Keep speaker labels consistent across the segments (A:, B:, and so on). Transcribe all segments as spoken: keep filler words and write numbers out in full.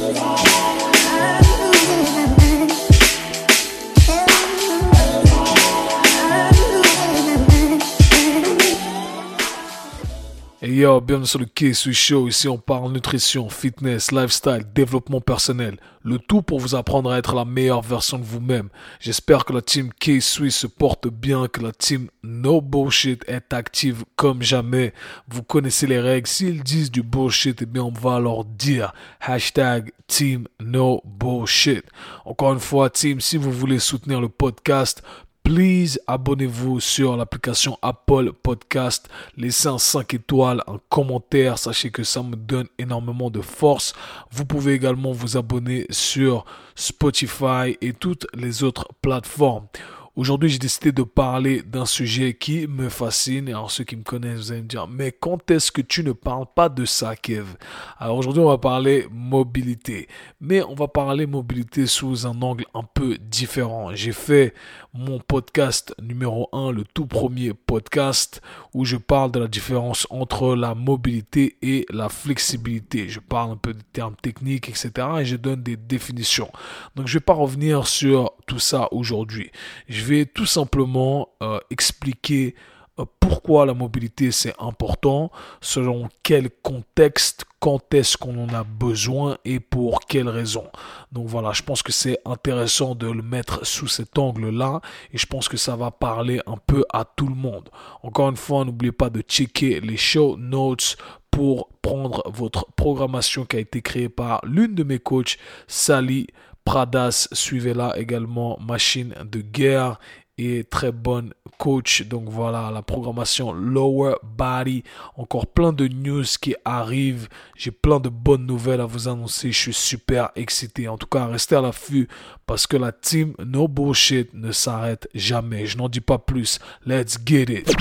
A: Et yo, bienvenue sur le K-Swiss Show. Ici, on parle nutrition, fitness, lifestyle, développement personnel. Le tout pour vous apprendre à être la meilleure version de vous-même. J'espère que la team K-Swiss se porte bien, que la team No Bullshit est active comme jamais. Vous connaissez les règles. S'ils disent du bullshit, eh bien, on va leur dire hashtag team No Bullshit. Encore une fois, team, si vous voulez soutenir le podcast, please, abonnez-vous sur l'application Apple Podcast. Laissez un cinq étoiles, un commentaire. Sachez que ça me donne énormément de force. Vous pouvez également vous abonner sur Spotify et toutes les autres plateformes. Aujourd'hui, j'ai décidé de parler d'un sujet qui me fascine. Et alors, ceux qui me connaissent, vous allez me dire, mais quand est-ce que tu ne parles pas de ça, Kev? Alors, aujourd'hui, on va parler mobilité. Mais on va parler mobilité sous un angle un peu différent. J'ai fait mon podcast numéro un, le tout premier podcast, où je parle de la différence entre la mobilité et la flexibilité. Je parle un peu des termes techniques, et cetera. Et je donne des définitions. Donc, je ne vais pas revenir sur tout ça aujourd'hui. Je vais tout simplement euh, expliquer euh, pourquoi la mobilité c'est important, selon quel contexte, quand est-ce qu'on en a besoin et pour quelles raisons. Donc voilà, je pense que c'est intéressant de le mettre sous cet angle-là et je pense que ça va parler un peu à tout le monde. Encore une fois, n'oubliez pas de checker les show notes pour prendre votre programmation qui a été créée par l'une de mes coachs, Sally Pradas. Suivez-la également, machine de guerre et très bonne coach. Donc voilà, la programmation Lower Body. Encore plein de news qui arrivent. J'ai plein de bonnes nouvelles à vous annoncer. Je suis super excité. En tout cas, restez à l'affût parce que la team No Bullshit ne s'arrête jamais. Je n'en dis pas plus. Let's get it.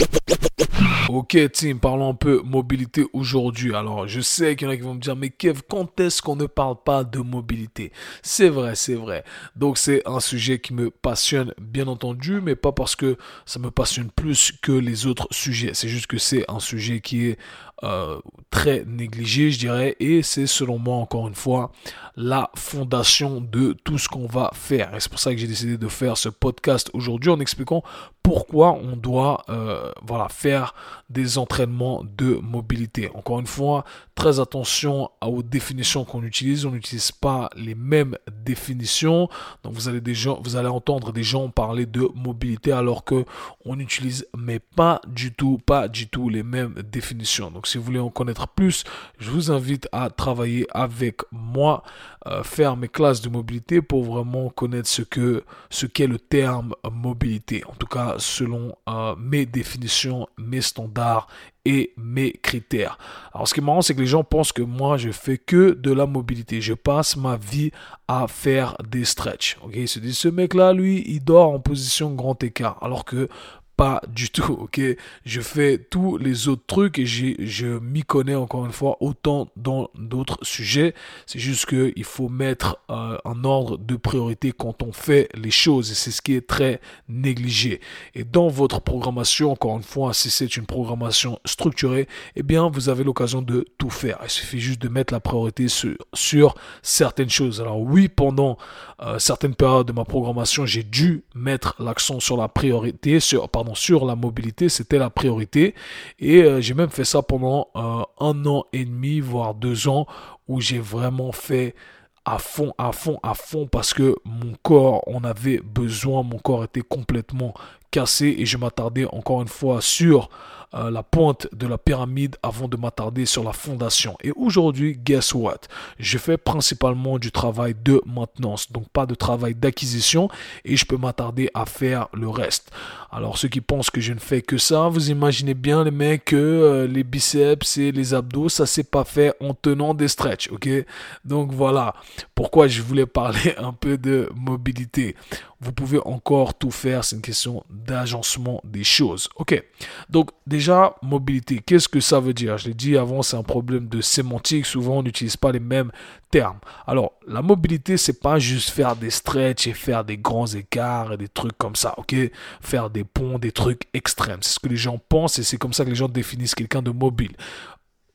A: Ok team, parlons un peu mobilité aujourd'hui. Alors je sais qu'il y en a qui vont me dire, mais Kev, quand est-ce qu'on ne parle pas de mobilité? C'est vrai, c'est vrai. Donc c'est un sujet qui me passionne bien entendu, mais pas parce que ça me passionne plus que les autres sujets. C'est juste que c'est un sujet qui est euh, très négligé, je dirais, et c'est selon moi, encore une fois, la fondation de tout ce qu'on va faire. Et c'est pour ça que j'ai décidé de faire ce podcast aujourd'hui en expliquant pourquoi on doit euh, voilà, faire des entraînements de mobilité. Encore une fois, très attention aux définitions qu'on utilise. On n'utilise pas les mêmes définitions. Donc vous allez, des gens, vous allez entendre des gens parler de mobilité alors que on n'utilise mais pas du tout, pas du tout les mêmes définitions. Donc si vous voulez en connaître plus, je vous invite à travailler avec moi, euh, faire mes classes de mobilité pour vraiment connaître ce que ce qu'est le terme mobilité. En tout cas, selon euh, mes définitions, mes standards et mes critères. Alors ce qui est marrant, c'est que les gens pensent que moi je fais que de la mobilité. Je passe ma vie à faire des stretch. Ok, ils se disent, ce mec là, lui, il dort en position grand écart. Alors que pas du tout, ok. Je fais tous les autres trucs et j'ai, je m'y connais encore une fois autant dans d'autres sujets. C'est juste qu'il faut mettre euh, un ordre de priorité quand on fait les choses et c'est ce qui est très négligé. Et dans votre programmation, encore une fois, si c'est une programmation structurée, eh bien, vous avez l'occasion de tout faire. Il suffit juste de mettre la priorité sur, sur certaines choses. Alors oui, pendant euh, certaines périodes de ma programmation, j'ai dû mettre l'accent sur la priorité, sur, pardon, sur la mobilité, c'était la priorité et euh, j'ai même fait ça pendant euh, un an et demi voire deux ans où j'ai vraiment fait à fond, à fond, à fond parce que mon corps en avait besoin, mon corps était complètement cassé et je m'attardais encore une fois sur euh, la pointe de la pyramide avant de m'attarder sur la fondation. Et aujourd'hui, guess what? Je fais principalement du travail de maintenance, donc pas de travail d'acquisition et je peux m'attarder à faire le reste. Alors ceux qui pensent que je ne fais que ça, vous imaginez bien les mecs que euh, les biceps et les abdos, ça s'est pas fait en tenant des stretch, ok? Donc voilà pourquoi je voulais parler un peu de mobilité. Vous pouvez encore tout faire, c'est une question d'agencement des choses. Ok, donc déjà, mobilité, qu'est-ce que ça veut dire? Je l'ai dit avant, c'est un problème de sémantique, souvent on n'utilise pas les mêmes termes. Alors, la mobilité, c'est pas juste faire des stretch et faire des grands écarts et des trucs comme ça, ok? Faire des ponts, des trucs extrêmes, c'est ce que les gens pensent et c'est comme ça que les gens définissent quelqu'un de mobile.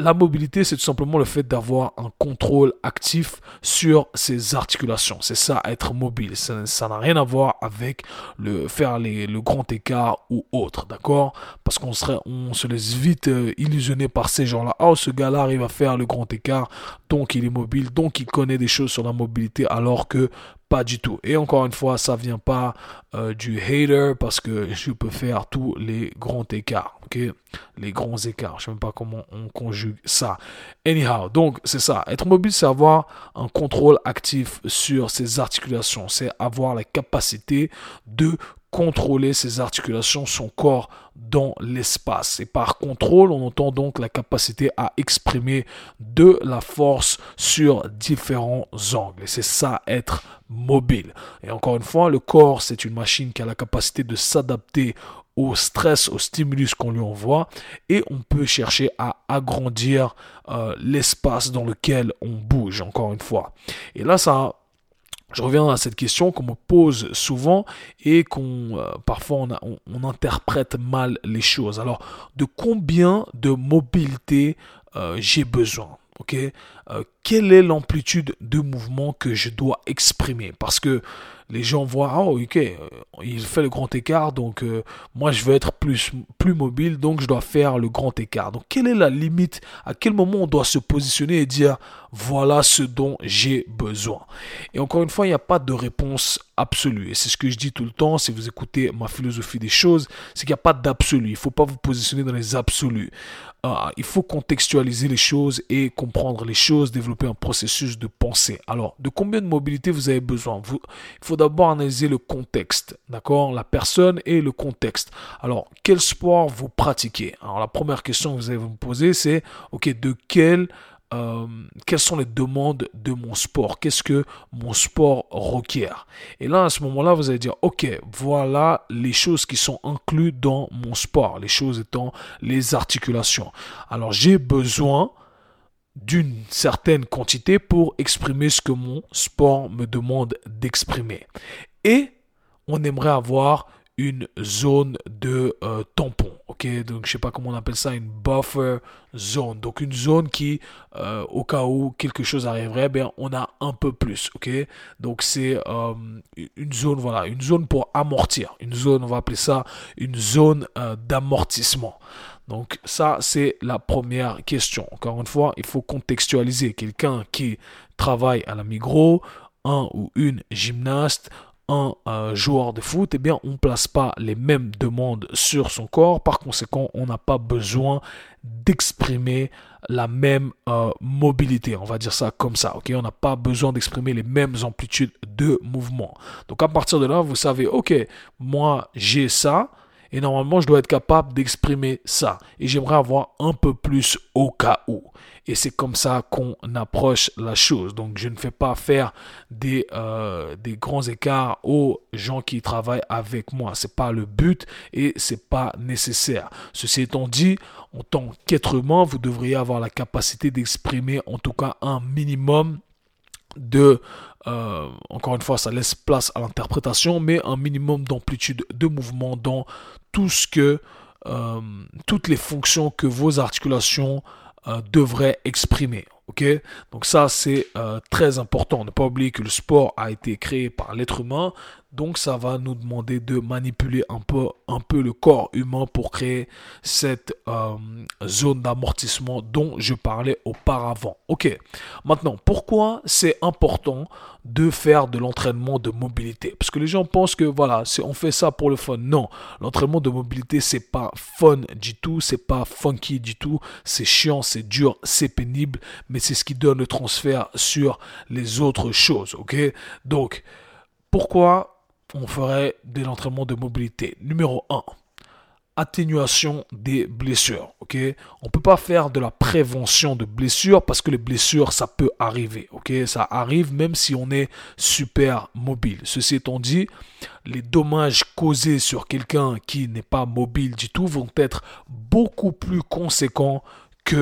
A: la mobilité, c'est tout simplement le fait d'avoir un contrôle actif sur ses articulations. C'est ça, être mobile. Ça, ça n'a rien à voir avec le faire les, le grand écart ou autre, d'accord? Parce qu'on serait, on se laisse vite euh, illusionner par ces gens-là. Oh, ce gars-là arrive à faire le grand écart, donc il est mobile, donc il connaît des choses sur la mobilité, alors que pas du tout. Et encore une fois, ça vient pas euh, du hater parce que je peux faire tous les grands écarts, ok? Les grands écarts. Je sais même pas comment on conjugue ça. Anyhow, donc c'est ça. Être mobile, c'est avoir un contrôle actif sur ses articulations. C'est avoir la capacité de contrôler ses articulations, son corps dans l'espace. Et par contrôle, on entend donc la capacité à exprimer de la force sur différents angles. Et c'est ça, être mobile. Et encore une fois, le corps, c'est une machine qui a la capacité de s'adapter au stress, au stimulus qu'on lui envoie, et on peut chercher à agrandir euh, l'espace dans lequel on bouge, encore une fois. Et là, ça je reviens à cette question qu'on me pose souvent et qu'on euh, parfois on, a, on, on interprète mal les choses. Alors, de combien de mobilité euh, j'ai besoin? Ok, euh, quelle est l'amplitude de mouvement que je dois exprimer? Parce que les gens voient, oh ok, euh, il fait le grand écart, donc euh, moi je veux être plus, plus mobile, donc je dois faire le grand écart. Donc quelle est la limite? À quel moment on doit se positionner et dire, voilà ce dont j'ai besoin? Et encore une fois, il n'y a pas de réponse absolue. Et c'est ce que je dis tout le temps, si vous écoutez ma philosophie des choses, c'est qu'il n'y a pas d'absolu. Il ne faut pas vous positionner dans les absolus. Euh, il faut contextualiser les choses et comprendre les choses, développer un processus de pensée. Alors, de combien de mobilité vous avez besoin? Vous, il faut d'abord analyser le contexte, d'accord? La personne et le contexte. Alors, quel sport vous pratiquez? Alors, la première question que vous allez vous poser, c'est, ok, de quel Euh, quelles sont les demandes de mon sport? Qu'est-ce que mon sport requiert? Et là, à ce moment-là, vous allez dire, ok, voilà les choses qui sont incluses dans mon sport, les choses étant les articulations. Alors, j'ai besoin d'une certaine quantité pour exprimer ce que mon sport me demande d'exprimer. Et on aimerait avoir une zone de euh, tampon, ok, donc je sais pas comment on appelle ça, une buffer zone, donc une zone qui, euh, au cas où quelque chose arriverait, ben on a un peu plus, ok, donc c'est euh, une zone, voilà, une zone pour amortir, une zone, on va appeler ça une zone euh, d'amortissement. Donc ça, c'est la première question. Encore une fois, il faut contextualiser. Quelqu'un qui travaille à la Migros, un ou une gymnaste, un euh, joueur de foot, eh bien, on ne place pas les mêmes demandes sur son corps. Par conséquent, on n'a pas besoin d'exprimer la même euh, mobilité. On va dire ça comme ça. Ok, on n'a pas besoin d'exprimer les mêmes amplitudes de mouvement. Donc, à partir de là, vous savez, ok, moi, j'ai ça. Et normalement, je dois être capable d'exprimer ça. Et j'aimerais avoir un peu plus au cas où. Et c'est comme ça qu'on approche la chose. Donc, je ne fais pas faire des, euh, des grands écarts aux gens qui travaillent avec moi. C'est pas le but et c'est pas nécessaire. Ceci étant dit, en tant qu'être humain, vous devriez avoir la capacité d'exprimer en tout cas un minimum de, euh, encore une fois, ça laisse place à l'interprétation, mais un minimum d'amplitude de mouvement dans tout ce que, euh, toutes les fonctions que vos articulations euh, devraient exprimer. Ok, donc ça c'est euh, très important. Ne pas oublier que le sport a été créé par l'être humain, donc ça va nous demander de manipuler un peu, un peu le corps humain pour créer cette euh, zone d'amortissement dont je parlais auparavant. Ok, maintenant pourquoi c'est important de faire de l'entraînement de mobilité? Parce que les gens pensent que voilà, c'est, on fait ça pour le fun. Non, l'entraînement de mobilité c'est pas fun du tout, c'est pas funky du tout, c'est chiant, c'est dur, c'est pénible, mais c'est ce qui donne le transfert sur les autres choses, ok? Donc, pourquoi on ferait de l'entraînement de mobilité? Numéro un, atténuation des blessures, ok? On peut pas faire de la prévention de blessures parce que les blessures, ça peut arriver, ok? Ça arrive même si on est super mobile. Ceci étant dit, les dommages causés sur quelqu'un qui n'est pas mobile du tout vont être beaucoup plus conséquents que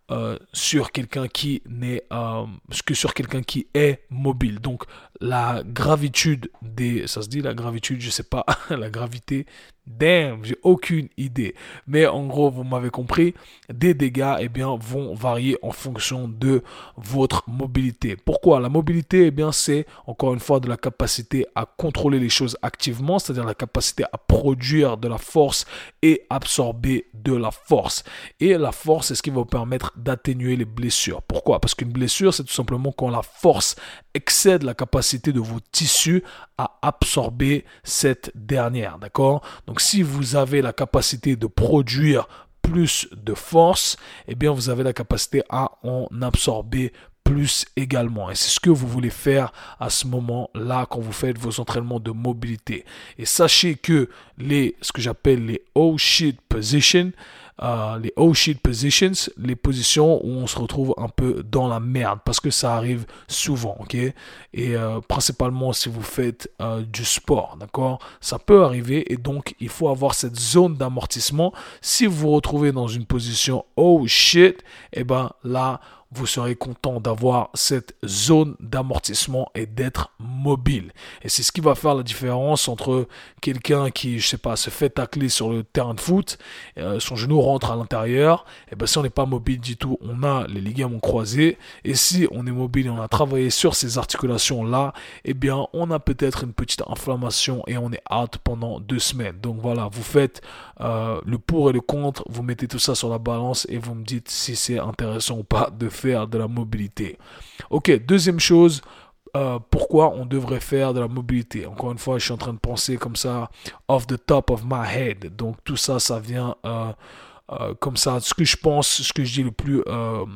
A: euh, sur quelqu'un qui n'est euh, que sur quelqu'un qui est mobile. Donc la gravitude des, ça se dit la gravitude, je sais pas, la gravité. Damn, j'ai aucune idée. Mais en gros, vous m'avez compris, des dégâts eh bien, vont varier en fonction de votre mobilité. Pourquoi? La mobilité, eh bien, c'est encore une fois de la capacité à contrôler les choses activement, c'est-à-dire la capacité à produire de la force et absorber de la force. Et la force, c'est ce qui va vous permettre d'atténuer les blessures. Pourquoi? Parce qu'une blessure, c'est tout simplement quand la force excède la capacité de vos tissus à absorber cette dernière, d'accord? Donc si vous avez la capacité de produire plus de force, eh bien vous avez la capacité à en absorber plus également. Et c'est ce que vous voulez faire à ce moment-là quand vous faites vos entraînements de mobilité. Et sachez que les, ce que j'appelle les oh shit positions, euh, les oh shit positions, les positions où on se retrouve un peu dans la merde, parce que ça arrive souvent, ok? Et euh, principalement si vous faites euh, du sport, d'accord? Ça peut arriver et donc il faut avoir cette zone d'amortissement. Si vous vous retrouvez dans une position oh shit, et eh ben là, vous serez content d'avoir cette zone d'amortissement et d'être mobile. Et c'est ce qui va faire la différence entre quelqu'un qui, je sais pas, se fait tacler sur le terrain de foot, euh, son genou rentre à l'intérieur, et ben si on n'est pas mobile du tout, on a les ligaments croisés, et si on est mobile et on a travaillé sur ces articulations-là, eh bien on a peut-être une petite inflammation et on est out pendant deux semaines. Donc voilà, vous faites euh, le pour et le contre, vous mettez tout ça sur la balance et vous me dites si c'est intéressant ou pas de faire de la mobilité. Ok, deuxième chose, euh, pourquoi on devrait faire de la mobilité. Encore une fois, je suis en train de penser comme ça, off the top of my head. Donc tout ça, ça vient euh, euh, comme ça. Ce que je pense, ce que je dis le plus... Euh,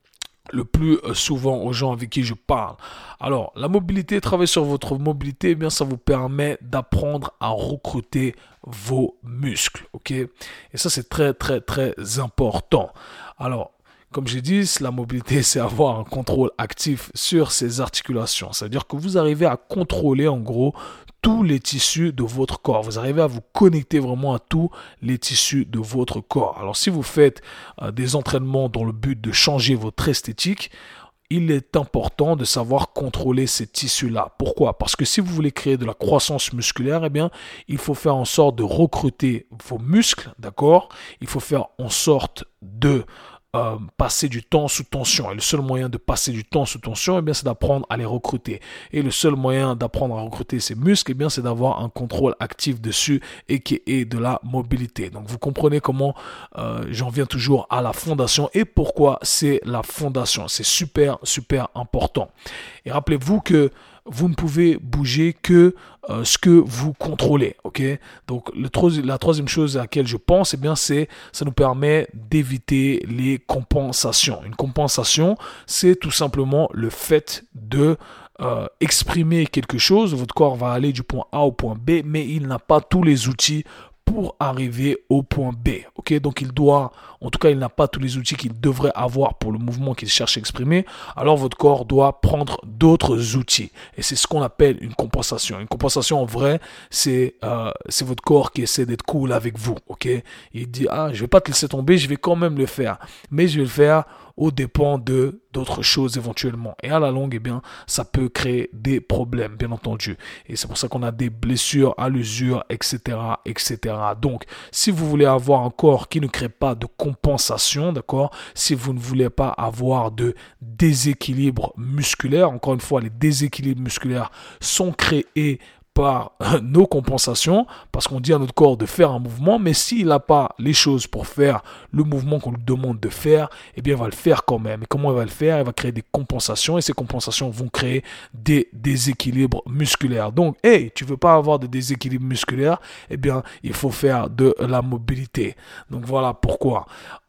A: le plus souvent aux gens avec qui je parle. Alors, la mobilité, travailler sur votre mobilité, eh bien, ça vous permet d'apprendre à recruter vos muscles, ok? Et ça, c'est très, très, très important. Alors, comme j'ai dit, la mobilité, c'est avoir un contrôle actif sur ces articulations. C'est-à-dire que vous arrivez à contrôler, en gros, tous les tissus de votre corps. Vous arrivez à vous connecter vraiment à tous les tissus de votre corps. Alors, si vous faites euh, des entraînements dans le but de changer votre esthétique, il est important de savoir contrôler ces tissus-là. Pourquoi? Parce que si vous voulez créer de la croissance musculaire, eh bien, il faut faire en sorte de recruter vos muscles, d'accord? Il faut faire en sorte de Euh, passer du temps sous tension. Et le seul moyen de passer du temps sous tension, eh bien, c'est d'apprendre à les recruter. Et le seul moyen d'apprendre à recruter ces muscles, eh bien, c'est d'avoir un contrôle actif dessus et qui est de la mobilité. Donc, vous comprenez comment euh, j'en viens toujours à la fondation et pourquoi c'est la fondation. C'est super, super important. Et rappelez-vous que vous ne pouvez bouger que euh, ce que vous contrôlez, ok? Donc le tro- la troisième chose à laquelle je pense, eh bien, c'est ça nous permet d'éviter les compensations. Une compensation, c'est tout simplement le fait de euh, exprimer quelque chose. Votre corps va aller du point A au point B, mais il n'a pas tous les outils pour arriver au point B. Ok, donc il doit, en tout cas, il n'a pas tous les outils qu'il devrait avoir pour le mouvement qu'il cherche à exprimer. Alors votre corps doit prendre d'autres outils. Et c'est ce qu'on appelle une compensation. Une compensation, en vrai, c'est euh, c'est votre corps qui essaie d'être cool avec vous. Ok, il dit ah, je vais pas te laisser tomber, je vais quand même le faire, mais je vais le faire aux dépens de d'autres choses éventuellement. Et à la longue, eh bien, ça peut créer des problèmes, bien entendu. Et c'est pour ça qu'on a des blessures à l'usure, et cetera, et cetera. Donc, si vous voulez avoir un corps qui ne crée pas de compensation, d'accord, si vous ne voulez pas avoir de déséquilibre musculaire, encore une fois, les déséquilibres musculaires sont créés par nos compensations, parce qu'on dit à notre corps de faire un mouvement, mais s'il n'a pas les choses pour faire le mouvement qu'on lui demande de faire, eh bien il va le faire quand même. Et comment il va le faire? Il va créer des compensations, et ces compensations vont créer des déséquilibres musculaires. Donc, hey, tu veux pas avoir de déséquilibre musculaire? Eh bien, il faut faire de la mobilité. Donc voilà pourquoi.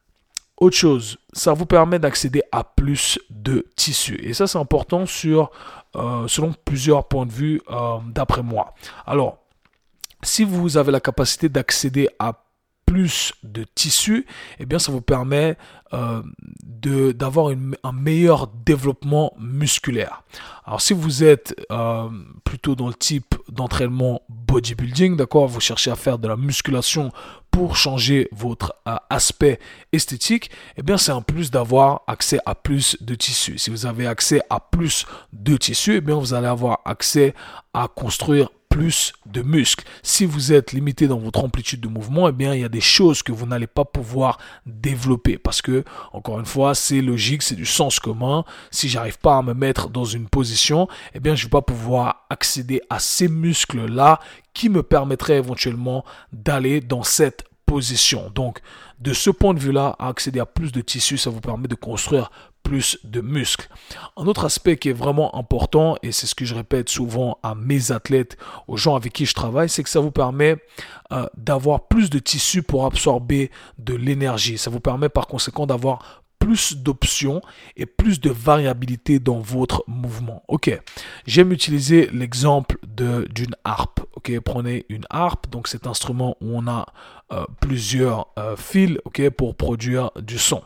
A: Autre chose, ça vous permet d'accéder à plus de tissus. Et ça, c'est important sur, euh, selon plusieurs points de vue euh, d'après moi. Alors, si vous avez la capacité d'accéder à plus de tissu, eh bien, ça vous permet euh, de, d'avoir une, un meilleur développement musculaire. Alors, si vous êtes euh, plutôt dans le type d'entraînement bodybuilding, d'accord, vous cherchez à faire de la musculation pour changer votre euh, aspect esthétique, eh bien, c'est un plus d'avoir accès à plus de tissu. Si vous avez accès à plus de tissu, eh bien, vous allez avoir accès à construire plus de muscles. Si vous êtes limité dans votre amplitude de mouvement, eh bien, il y a des choses que vous n'allez pas pouvoir développer parce que, encore une fois, c'est logique, c'est du sens commun. Si j'arrive pas à me mettre dans une position, eh bien, je vais pas pouvoir accéder à ces muscles-là qui me permettraient éventuellement d'aller dans cette position. Donc, de ce point de vue-là, accéder à plus de tissu, ça vous permet de construire plus de muscles. Un autre aspect qui est vraiment important, et c'est ce que je répète souvent à mes athlètes, aux gens avec qui je travaille, c'est que ça vous permet euh, d'avoir plus de tissu pour absorber de l'énergie. Ça vous permet par conséquent d'avoir plus d'options et plus de variabilité dans votre mouvement. Ok, j'aime utiliser l'exemple de d'une harpe. Ok, prenez une harpe, donc cet instrument où on a euh, plusieurs euh, fils, ok, pour produire du son.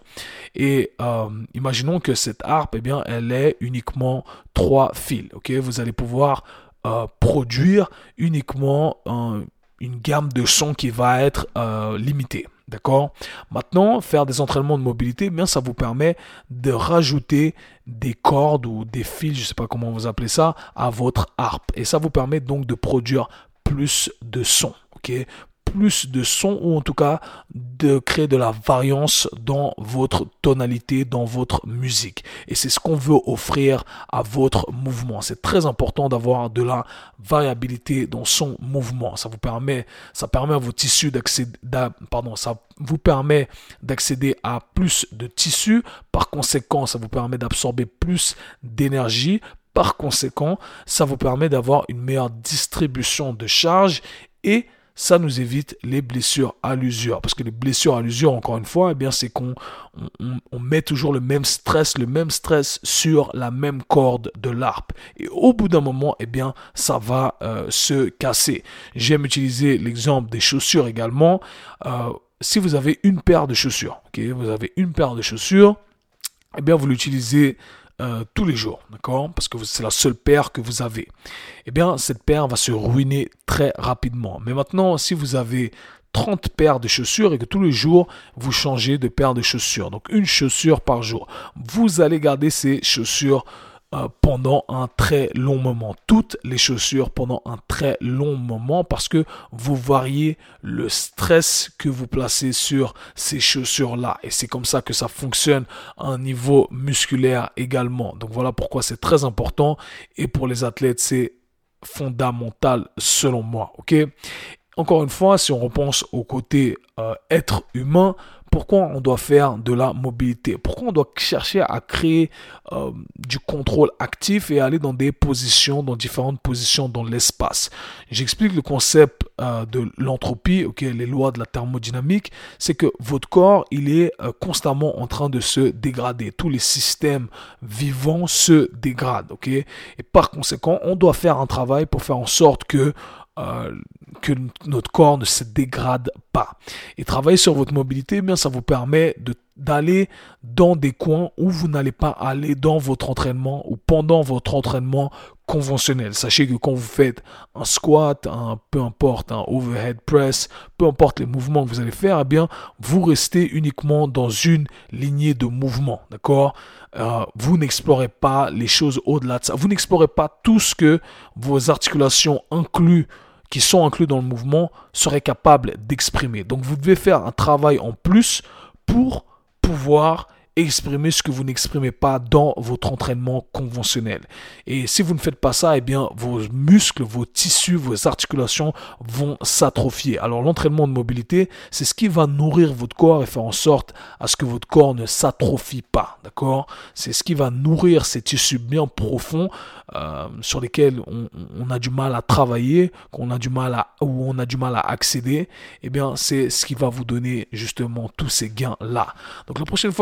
A: Et euh, imaginons que cette harpe, eh bien, elle est uniquement trois fils. Ok, vous allez pouvoir euh, produire uniquement un, une gamme de sons qui va être euh, limitée. D'accord? Maintenant, faire des entraînements de mobilité, eh bien, ça vous permet de rajouter des cordes ou des fils, je ne sais pas comment vous appelez ça, à votre harpe. Et ça vous permet donc de produire plus de sons. Ok? Plus de sons ou en tout cas de créer de la variance dans votre tonalité, dans votre musique. Et c'est ce qu'on veut offrir à votre mouvement. C'est très important d'avoir de la variabilité dans son mouvement. Ça vous permet, ça permet à vos tissus d'accéder, pardon, ça vous permet d'accéder à plus de tissus. Par conséquent, ça vous permet d'absorber plus d'énergie. Par conséquent, ça vous permet d'avoir une meilleure distribution de charge et ça nous évite les blessures à l'usure. Parce que les blessures à l'usure, encore une fois, eh bien, c'est qu'on on, on met toujours le même stress, le même stress sur la même corde de l'harpe. Et au bout d'un moment, eh bien, ça va euh, se casser. J'aime utiliser l'exemple des chaussures également. Euh, si vous avez une paire de chaussures, ok, vous avez une paire de chaussures, eh bien, vous l'utilisez Euh, tous les jours, d'accord? Parce que c'est la seule paire que vous avez. Eh bien, cette paire va se ruiner très rapidement. Mais maintenant, si vous avez trente paires de chaussures et que tous les jours, vous changez de paire de chaussures, donc une chaussure par jour, vous allez garder ces chaussures Euh, pendant un très long moment, toutes les chaussures pendant un très long moment parce que vous variez le stress que vous placez sur ces chaussures-là et c'est comme ça que ça fonctionne à un niveau musculaire également. Donc voilà pourquoi c'est très important et pour les athlètes c'est fondamental selon moi, ok? Encore une fois, si on repense au côté euh, être humain, pourquoi on doit faire de la mobilité? Pourquoi on doit chercher à créer euh, du contrôle actif et aller dans des positions, dans différentes positions dans l'espace? J'explique le concept euh, de l'entropie, ok, les lois de la thermodynamique, c'est que votre corps, il est euh, constamment en train de se dégrader. Tous les systèmes vivants se dégradent, ok? Et par conséquent, on doit faire un travail pour faire en sorte que Euh, que notre corps ne se dégrade pas. Et travailler sur votre mobilité, eh bien, ça vous permet de, d'aller dans des coins où vous n'allez pas aller dans votre entraînement ou pendant votre entraînement conventionnel. Sachez que quand vous faites un squat, un, peu importe, un overhead press, peu importe les mouvements que vous allez faire, eh bien, vous restez uniquement dans une lignée de mouvement, d'accord? Euh, vous n'explorez pas les choses au-delà de ça. Vous n'explorez pas tout ce que vos articulations incluent qui sont inclus dans le mouvement seraient capables d'exprimer. Donc vous devez faire un travail en plus pour pouvoir exprimer ce que vous n'exprimez pas dans votre entraînement conventionnel. Et si vous ne faites pas ça, eh bien, vos muscles, vos tissus, vos articulations vont s'atrophier. Alors, l'entraînement de mobilité, c'est ce qui va nourrir votre corps et faire en sorte à ce que votre corps ne s'atrophie pas, d'accord? C'est ce qui va nourrir ces tissus bien profonds euh, sur lesquels on, on a du mal à travailler, qu'on a du mal à, ou on a du mal à accéder. Eh bien, c'est ce qui va vous donner justement tous ces gains-là. Donc, la prochaine fois que quelqu'un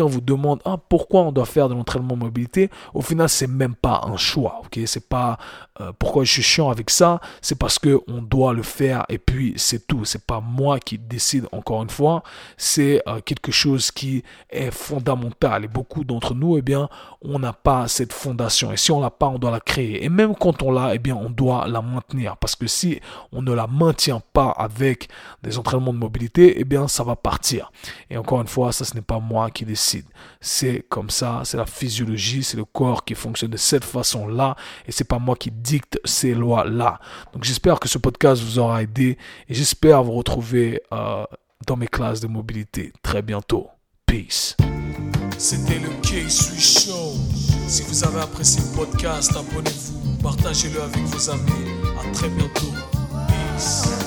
A: quelqu'un vous demande ah, pourquoi on doit faire de l'entraînement mobilité, au final, c'est même pas un choix. Ok, c'est pas euh, pourquoi je suis chiant avec ça, c'est parce que on doit le faire et puis c'est tout. C'est pas moi qui décide encore une fois, c'est euh, quelque chose qui est fondamental. Et beaucoup d'entre nous, eh bien, on n'a pas cette fondation. Et si on l'a pas, on doit la créer. Et même quand on l'a, eh bien, on doit la maintenir. Parce que si on ne la maintient pas avec des entraînements de mobilité, eh bien, ça va partir. Et encore une fois, ça, ce n'est pas moi qui décide. C'est comme ça, c'est la physiologie, c'est le corps qui fonctionne de cette façon-là. Et c'est pas moi qui dicte ces lois-là. Donc, j'espère que ce podcast vous aura aidé. Et j'espère vous retrouver euh, dans mes classes de mobilité très bientôt. Peace. C'était le K-Swiss Show. Si vous avez apprécié le podcast, abonnez-vous, partagez-le avec vos amis. À très bientôt. Peace.